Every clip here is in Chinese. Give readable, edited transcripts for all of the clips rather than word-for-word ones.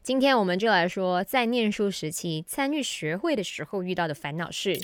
今天我们就来说，在念书时期参与学会的时候遇到的烦恼事。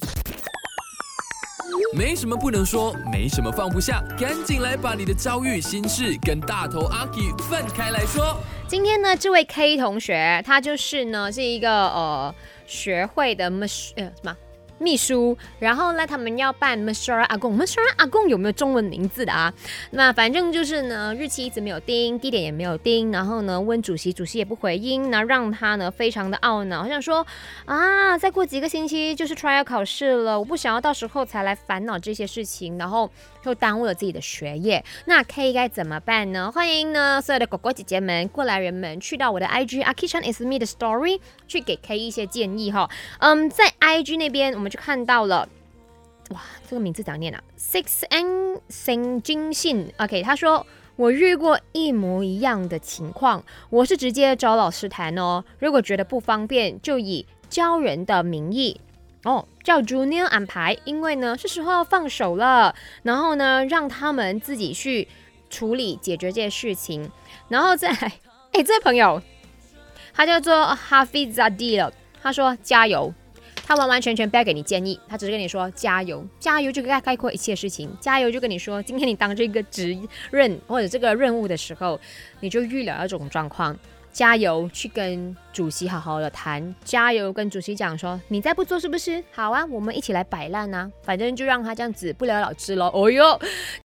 没什么不能说，没什么放不下，赶紧来把你的遭遇、心事跟大头阿 K 分开来说。 今天呢，这位 K 同学，他就是呢是一个学会的秘书，然后呢，他们要办 Mashara 阿公，Mashara 阿公有没有中文名字的啊？那反正就是呢，日期一直没有定，地点也没有定，然后呢，问主席，主席也不回应，那让他呢非常的懊恼，好像说啊，再过几个星期就是 trial 考试了，我不想要到时候才来烦恼这些事情，然后就耽误了自己的学业。那 K 该怎么办呢？欢迎呢所有的哥哥姐姐们、过来人们去到我的 IG Aki-chan is me 的 story 去给 K 一些建议哈。在 IG 那边我们就看到了，哇，这个名字怎么念啊 ？Six N 沈金信 ，OK， 他说我遇过一模一样的情况，我是直接找老师谈哦，如果觉得不方便，就以教人的名义。叫 Junior 安排，因为呢是时候要放手了，然后呢让他们自己去处理解决这些事情，然后再来，这位朋友他叫做 Hafiz Zadil， 他说加油，他完完全全不要给你建议，他只是跟你说加油，加油就概括一切事情，加油就跟你说，今天你当这个职任或者这个任务的时候，你就预料这种状况。加油，去跟主席好好的谈。加油，跟主席讲说，你再不做是不是？好啊，我们一起来摆烂啊！反正就让他这样子不了了之咯。哦哟